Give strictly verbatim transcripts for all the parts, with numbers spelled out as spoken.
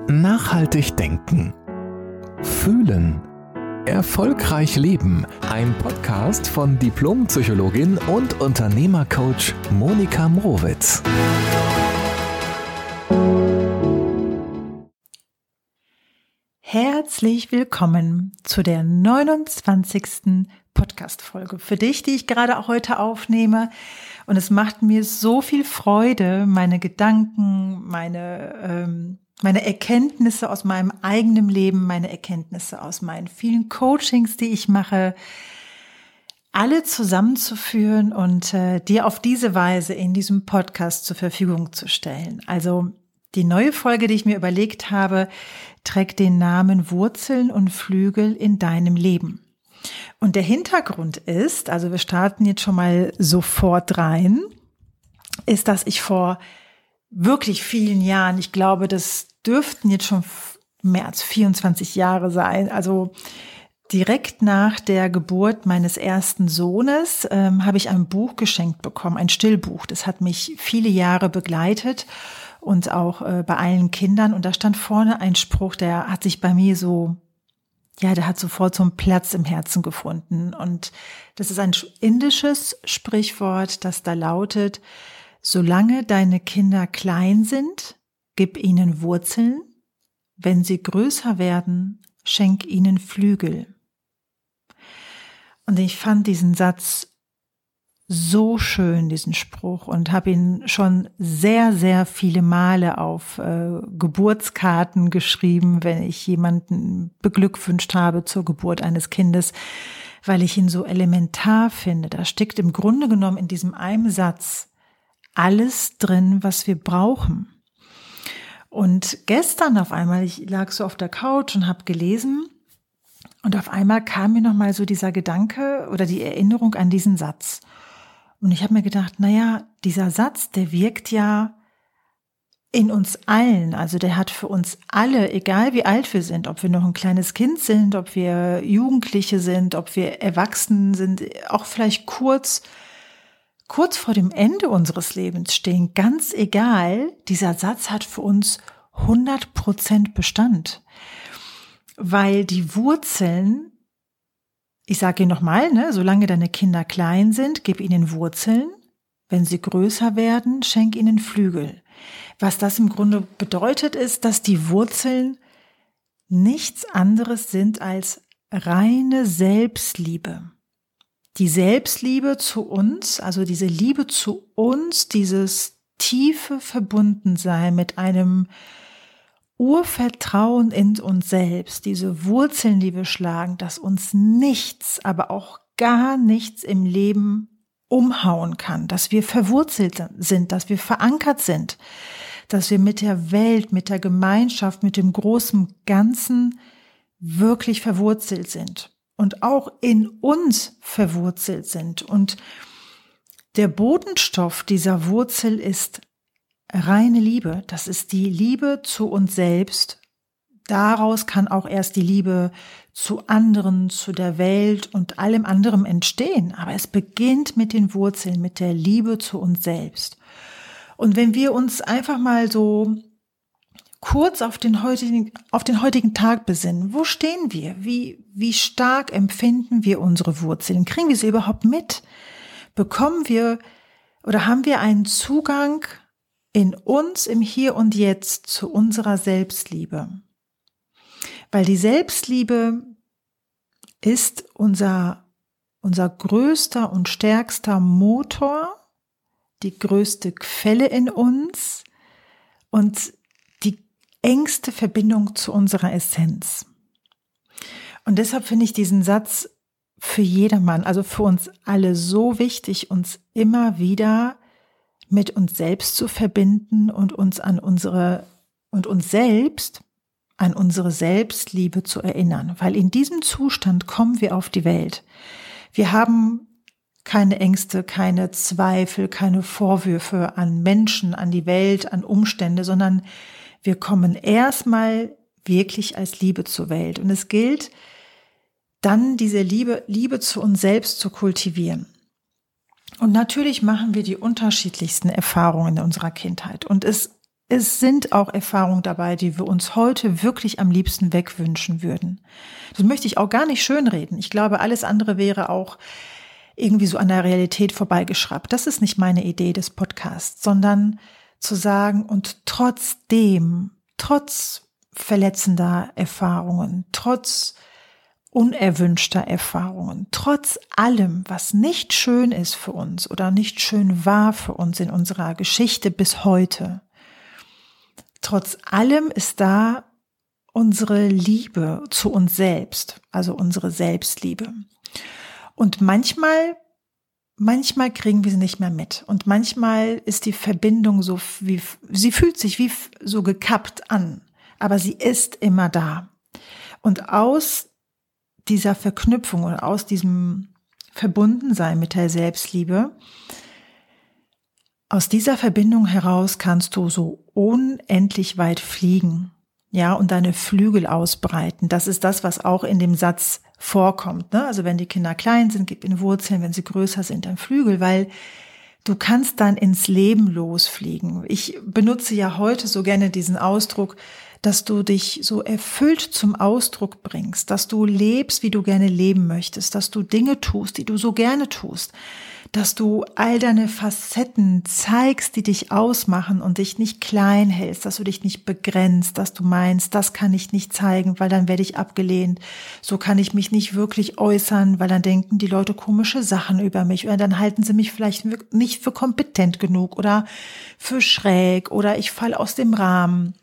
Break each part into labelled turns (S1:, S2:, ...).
S1: Nachhaltig denken. Fühlen. Erfolgreich leben. Ein Podcast von Diplompsychologin und Unternehmercoach Monika Mrowitz.
S2: Herzlich willkommen zu der neunundzwanzigsten Podcast-Folge für dich, die ich gerade auch heute aufnehme. Und es macht mir so viel Freude, meine Gedanken, meine, ähm, meine Erkenntnisse aus meinem eigenen Leben, meine Erkenntnisse aus meinen vielen Coachings, die ich mache, alle zusammenzuführen und äh, dir auf diese Weise in diesem Podcast zur Verfügung zu stellen. Also die neue Folge, die ich mir überlegt habe, trägt den Namen Wurzeln und Flügel in deinem Leben. Und der Hintergrund ist, also wir starten jetzt schon mal sofort rein, ist, dass ich vor wirklich vielen Jahren, ich glaube, das dürften jetzt schon mehr als vierundzwanzig Jahre sein, also direkt nach der Geburt meines ersten Sohnes ähm, habe ich ein Buch geschenkt bekommen, ein Stillbuch. Das hat mich viele Jahre begleitet und auch äh, bei allen Kindern. Und da stand vorne ein Spruch, der hat sich bei mir so, ja, der hat sofort so einen Platz im Herzen gefunden. Und das ist ein indisches Sprichwort, das da lautet: Solange deine Kinder klein sind, gib ihnen Wurzeln. Wenn sie größer werden, schenk ihnen Flügel. Und ich fand diesen Satz so schön, diesen Spruch, und habe ihn schon sehr, sehr viele Male auf äh, Geburtskarten geschrieben, wenn ich jemanden beglückwünscht habe zur Geburt eines Kindes, weil ich ihn so elementar finde. Da steckt im Grunde genommen in diesem einen Satz alles drin, was wir brauchen. Und gestern auf einmal, ich lag so auf der Couch und habe gelesen, und auf einmal kam mir nochmal so dieser Gedanke oder die Erinnerung an diesen Satz. Und ich habe mir gedacht, naja, dieser Satz, der wirkt ja in uns allen. Also der hat für uns alle, egal wie alt wir sind, ob wir noch ein kleines Kind sind, ob wir Jugendliche sind, ob wir Erwachsene sind, auch vielleicht kurz, kurz vor dem Ende unseres Lebens stehen, ganz egal, dieser Satz hat für uns hundert Prozent Bestand. Weil die Wurzeln, ich sage Ihnen nochmal, ne, solange deine Kinder klein sind, gib ihnen Wurzeln. Wenn sie größer werden, schenk ihnen Flügel. Was das im Grunde bedeutet, ist, dass die Wurzeln nichts anderes sind als reine Selbstliebe. Die Selbstliebe zu uns, also diese Liebe zu uns, dieses tiefe Verbundensein mit einem Urvertrauen in uns selbst, diese Wurzeln, die wir schlagen, dass uns nichts, aber auch gar nichts im Leben umhauen kann, dass wir verwurzelt sind, dass wir verankert sind, dass wir mit der Welt, mit der Gemeinschaft, mit dem großen Ganzen wirklich verwurzelt sind und auch in uns verwurzelt sind. Und der Bodenstoff dieser Wurzel ist reine Liebe, das ist die Liebe zu uns selbst. Daraus kann auch erst die Liebe zu anderen, zu der Welt und allem anderen entstehen. Aber es beginnt mit den Wurzeln, mit der Liebe zu uns selbst. Und wenn wir uns einfach mal so kurz auf den heutigen, auf den heutigen Tag besinnen, wo stehen wir? Wie, wie stark empfinden wir unsere Wurzeln? Kriegen wir sie überhaupt mit? Bekommen wir oder haben wir einen Zugang in uns, im Hier und Jetzt, zu unserer Selbstliebe? Weil die Selbstliebe ist unser, unser größter und stärkster Motor, die größte Quelle in uns und die engste Verbindung zu unserer Essenz. Und deshalb finde ich diesen Satz für jedermann, also für uns alle, so wichtig, uns immer wieder mit uns selbst zu verbinden und uns an unsere und uns selbst an unsere Selbstliebe zu erinnern, weil in diesem Zustand kommen wir auf die Welt. Wir haben keine Ängste, keine Zweifel, keine Vorwürfe an Menschen, an die Welt, an Umstände, sondern wir kommen erstmal wirklich als Liebe zur Welt. Und es gilt dann, diese Liebe, Liebe zu uns selbst zu kultivieren. Und natürlich machen wir die unterschiedlichsten Erfahrungen in unserer Kindheit. Und es es sind auch Erfahrungen dabei, die wir uns heute wirklich am liebsten wegwünschen würden. Das möchte ich auch gar nicht schönreden. Ich glaube, alles andere wäre auch irgendwie so an der Realität vorbeigeschraubt. Das ist nicht meine Idee des Podcasts, sondern zu sagen, und trotzdem, trotz verletzender Erfahrungen, trotz unerwünschter Erfahrungen, trotz allem, was nicht schön ist für uns oder nicht schön war für uns in unserer Geschichte bis heute, trotz allem ist da unsere Liebe zu uns selbst, also unsere Selbstliebe. Und manchmal, manchmal kriegen wir sie nicht mehr mit. Und manchmal ist die Verbindung so wie, sie fühlt sich wie so gekappt an, aber sie ist immer da. Und aus dieser Verknüpfung oder aus diesem Verbundensein mit der Selbstliebe, aus dieser Verbindung heraus kannst du so unendlich weit fliegen, ja, und deine Flügel ausbreiten. Das ist das, was auch in dem Satz vorkommt, ne? Also wenn die Kinder klein sind, gib ihnen Wurzeln, wenn sie größer sind, dann Flügel, weil du kannst dann ins Leben losfliegen. Ich benutze ja heute so gerne diesen Ausdruck, dass du dich so erfüllt zum Ausdruck bringst, dass du lebst, wie du gerne leben möchtest, dass du Dinge tust, die du so gerne tust, dass du all deine Facetten zeigst, die dich ausmachen und dich nicht klein hältst, dass du dich nicht begrenzt, dass du meinst, das kann ich nicht zeigen, weil dann werde ich abgelehnt, so kann ich mich nicht wirklich äußern, weil dann denken die Leute komische Sachen über mich oder dann halten sie mich vielleicht nicht für kompetent genug oder für schräg oder ich falle aus dem Rahmen.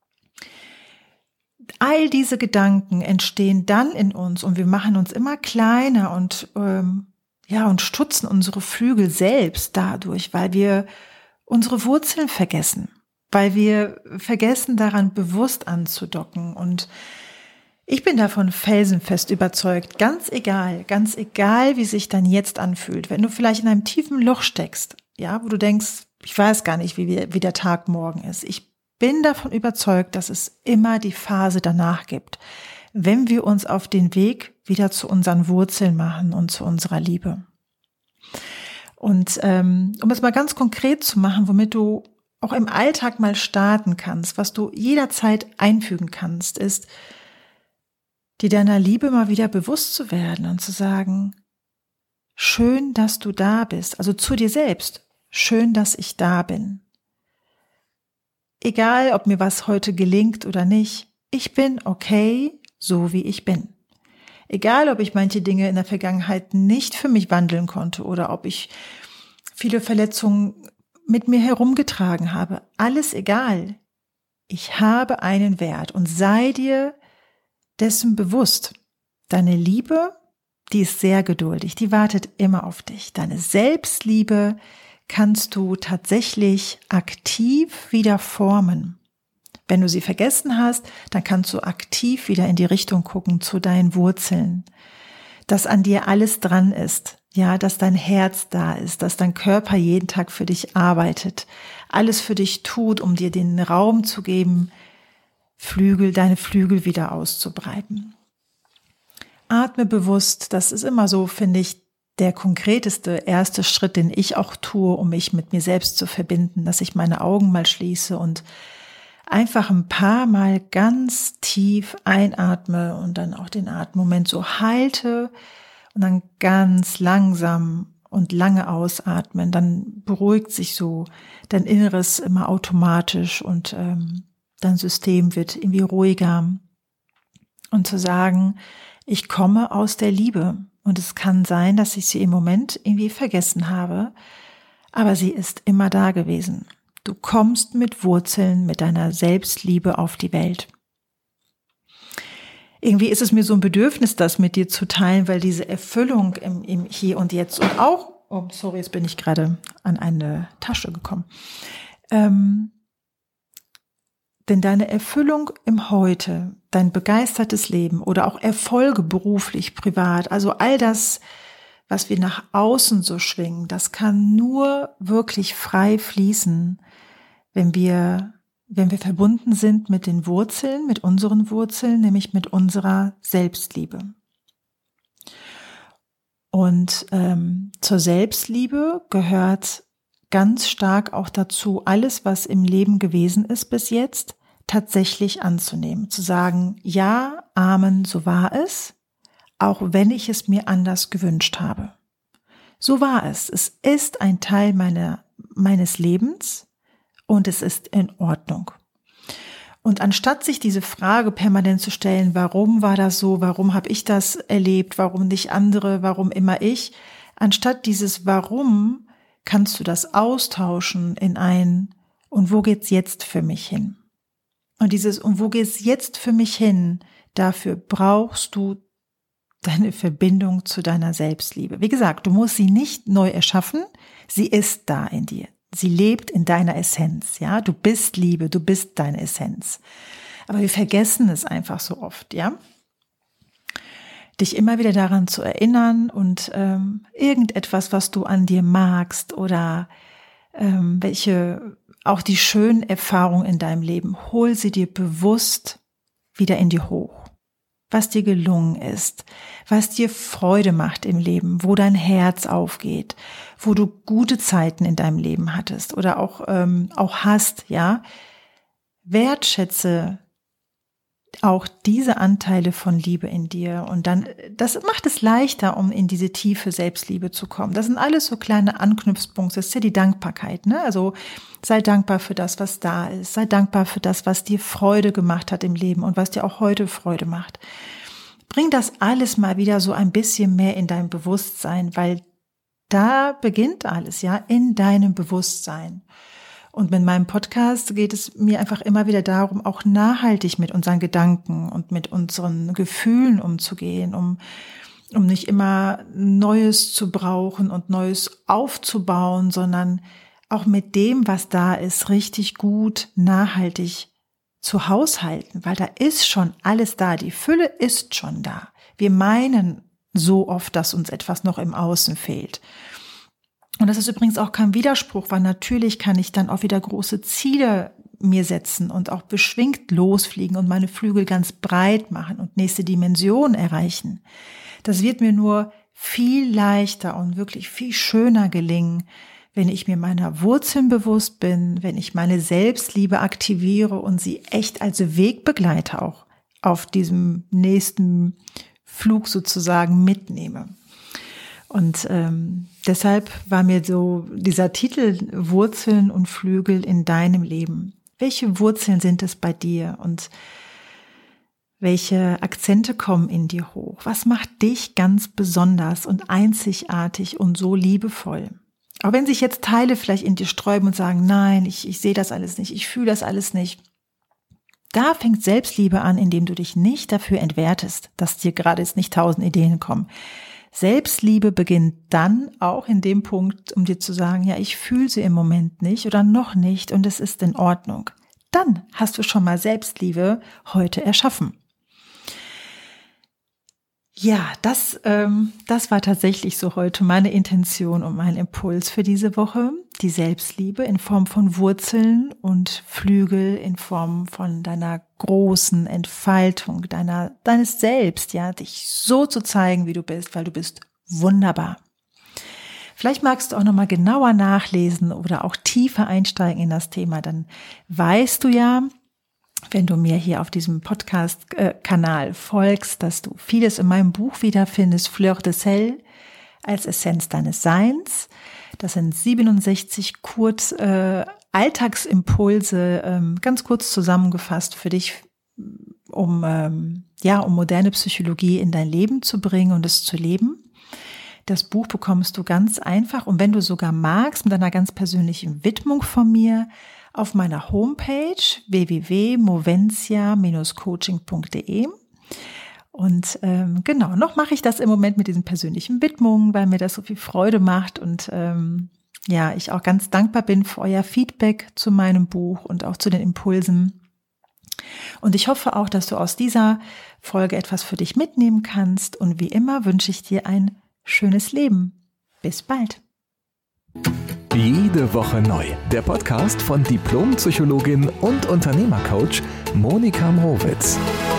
S2: All diese Gedanken entstehen dann in uns und wir machen uns immer kleiner und ähm, ja und stutzen unsere Flügel selbst dadurch, weil wir unsere Wurzeln vergessen, weil wir vergessen, daran bewusst anzudocken. Und ich bin davon felsenfest überzeugt, ganz egal, ganz egal, wie sich dann jetzt anfühlt, wenn du vielleicht in einem tiefen Loch steckst, ja, wo du denkst, ich weiß gar nicht, wie, wie der Tag morgen ist. Ich bin davon überzeugt, dass es immer die Phase danach gibt, wenn wir uns auf den Weg wieder zu unseren Wurzeln machen und zu unserer Liebe. Und ähm, um es mal ganz konkret zu machen, womit du auch im Alltag mal starten kannst, was du jederzeit einfügen kannst, ist, dir deiner Liebe mal wieder bewusst zu werden und zu sagen, schön, dass du da bist, also zu dir selbst, schön, dass ich da bin. Egal, ob mir was heute gelingt oder nicht, ich bin okay, so wie ich bin. Egal, ob ich manche Dinge in der Vergangenheit nicht für mich wandeln konnte oder ob ich viele Verletzungen mit mir herumgetragen habe, alles egal. Ich habe einen Wert und sei dir dessen bewusst. Deine Liebe, die ist sehr geduldig, die wartet immer auf dich. Deine Selbstliebe kannst du tatsächlich aktiv wieder formen. Wenn du sie vergessen hast, dann kannst du aktiv wieder in die Richtung gucken zu deinen Wurzeln, dass an dir alles dran ist, ja, dass dein Herz da ist, dass dein Körper jeden Tag für dich arbeitet, alles für dich tut, um dir den Raum zu geben, Flügel, deine Flügel wieder auszubreiten. Atme bewusst, das ist immer so, finde ich, der konkreteste erste Schritt, den ich auch tue, um mich mit mir selbst zu verbinden, dass ich meine Augen mal schließe und einfach ein paar Mal ganz tief einatme und dann auch den Atemmoment so halte und dann ganz langsam und lange ausatmen. Dann beruhigt sich so dein Inneres immer automatisch und ähm, dein System wird irgendwie ruhiger. Und zu sagen, ich komme aus der Liebe. Und es kann sein, dass ich sie im Moment irgendwie vergessen habe, aber sie ist immer da gewesen. Du kommst mit Wurzeln, mit deiner Selbstliebe auf die Welt. Irgendwie ist es mir so ein Bedürfnis, das mit dir zu teilen, weil diese Erfüllung im, im Hier und Jetzt und auch, oh sorry, jetzt bin ich gerade an eine Tasche gekommen, ähm, denn deine Erfüllung im Heute, dein begeistertes Leben oder auch Erfolge beruflich, privat, also all das, was wir nach außen so schwingen, das kann nur wirklich frei fließen, wenn wir, wenn wir verbunden sind mit den Wurzeln, mit unseren Wurzeln, nämlich mit unserer Selbstliebe. Und ähm, zur Selbstliebe gehört ganz stark auch dazu, alles, was im Leben gewesen ist bis jetzt, tatsächlich anzunehmen. Zu sagen, ja, Amen, so war es, auch wenn ich es mir anders gewünscht habe. So war es. Es ist ein Teil meiner, meines Lebens und es ist in Ordnung. Und anstatt sich diese Frage permanent zu stellen, warum war das so, warum habe ich das erlebt, warum nicht andere, warum immer ich, anstatt dieses Warum kannst du das austauschen in ein und wo geht's jetzt für mich hin? Und dieses und wo geht's jetzt für mich hin, dafür brauchst du deine Verbindung zu deiner Selbstliebe. Wie gesagt, du musst sie nicht neu erschaffen, sie ist da in dir. Sie lebt in deiner Essenz, ja. Du bist Liebe, du bist deine Essenz. Aber wir vergessen es einfach so oft, ja. Dich immer wieder daran zu erinnern und ähm, irgendetwas, was du an dir magst oder ähm, welche, auch die schönen Erfahrungen in deinem Leben, hol sie dir bewusst wieder in dir hoch. Was dir gelungen ist, was dir Freude macht im Leben, wo dein Herz aufgeht, wo du gute Zeiten in deinem Leben hattest oder auch ähm, auch hast, ja, wertschätze auch diese Anteile von Liebe in dir und dann, das macht es leichter, um in diese tiefe Selbstliebe zu kommen. Das sind alles so kleine Anknüpfpunkte, das ist ja die Dankbarkeit, ne? Also sei dankbar für das, was da ist, sei dankbar für das, was dir Freude gemacht hat im Leben und was dir auch heute Freude macht. Bring das alles mal wieder so ein bisschen mehr in dein Bewusstsein, weil da beginnt alles, ja, in deinem Bewusstsein. Und mit meinem Podcast geht es mir einfach immer wieder darum, auch nachhaltig mit unseren Gedanken und mit unseren Gefühlen umzugehen, um, um nicht immer Neues zu brauchen und Neues aufzubauen, sondern auch mit dem, was da ist, richtig gut, nachhaltig zu haushalten, weil da ist schon alles da, die Fülle ist schon da. Wir meinen so oft, dass uns etwas noch im Außen fehlt. Und das ist übrigens auch kein Widerspruch, weil natürlich kann ich dann auch wieder große Ziele mir setzen und auch beschwingt losfliegen und meine Flügel ganz breit machen und nächste Dimension erreichen. Das wird mir nur viel leichter und wirklich viel schöner gelingen, wenn ich mir meiner Wurzeln bewusst bin, wenn ich meine Selbstliebe aktiviere und sie echt als Wegbegleiter auch auf diesem nächsten Flug sozusagen mitnehme. Und ähm, deshalb war mir so dieser Titel Wurzeln und Flügel in deinem Leben. Welche Wurzeln sind es bei dir und welche Akzente kommen in dir hoch? Was macht dich ganz besonders und einzigartig und so liebevoll? Auch wenn sich jetzt Teile vielleicht in dir sträuben und sagen, nein, ich, ich sehe das alles nicht, ich fühle das alles nicht. Da fängt Selbstliebe an, indem du dich nicht dafür entwertest, dass dir gerade jetzt nicht tausend Ideen kommen. Selbstliebe beginnt dann auch in dem Punkt, um dir zu sagen, ja, ich fühle sie im Moment nicht oder noch nicht und es ist in Ordnung. Dann hast du schon mal Selbstliebe heute erschaffen. Ja, das, ähm, das war tatsächlich so heute meine Intention und mein Impuls für diese Woche. Die Selbstliebe in Form von Wurzeln und Flügel in Form von deiner großen Entfaltung, deiner, deines Selbst, ja, dich so zu zeigen, wie du bist, weil du bist wunderbar. Vielleicht magst du auch nochmal genauer nachlesen oder auch tiefer einsteigen in das Thema, dann weißt du ja, wenn du mir hier auf diesem Podcast-Kanal folgst, dass du vieles in meinem Buch wiederfindest, Fleur de Sel, als Essenz deines Seins. Das sind siebenundsechzig kurz äh, Alltagsimpulse, ähm, ganz kurz zusammengefasst für dich, um ähm, ja um moderne Psychologie in dein Leben zu bringen und es zu leben. Das Buch bekommst du ganz einfach und wenn du sogar magst, mit einer ganz persönlichen Widmung von mir, auf meiner Homepage w w w punkt movencia Bindestrich coaching punkt d e. Und ähm, genau, noch mache ich das im Moment mit diesen persönlichen Widmungen, weil mir das so viel Freude macht und ähm, ja, ich auch ganz dankbar bin für euer Feedback zu meinem Buch und auch zu den Impulsen. Und ich hoffe auch, dass du aus dieser Folge etwas für dich mitnehmen kannst. Und wie immer wünsche ich dir ein schönes Leben. Bis bald.
S1: Jede Woche neu. Der Podcast von Diplompsychologin und Unternehmercoach Monika Mrowitz.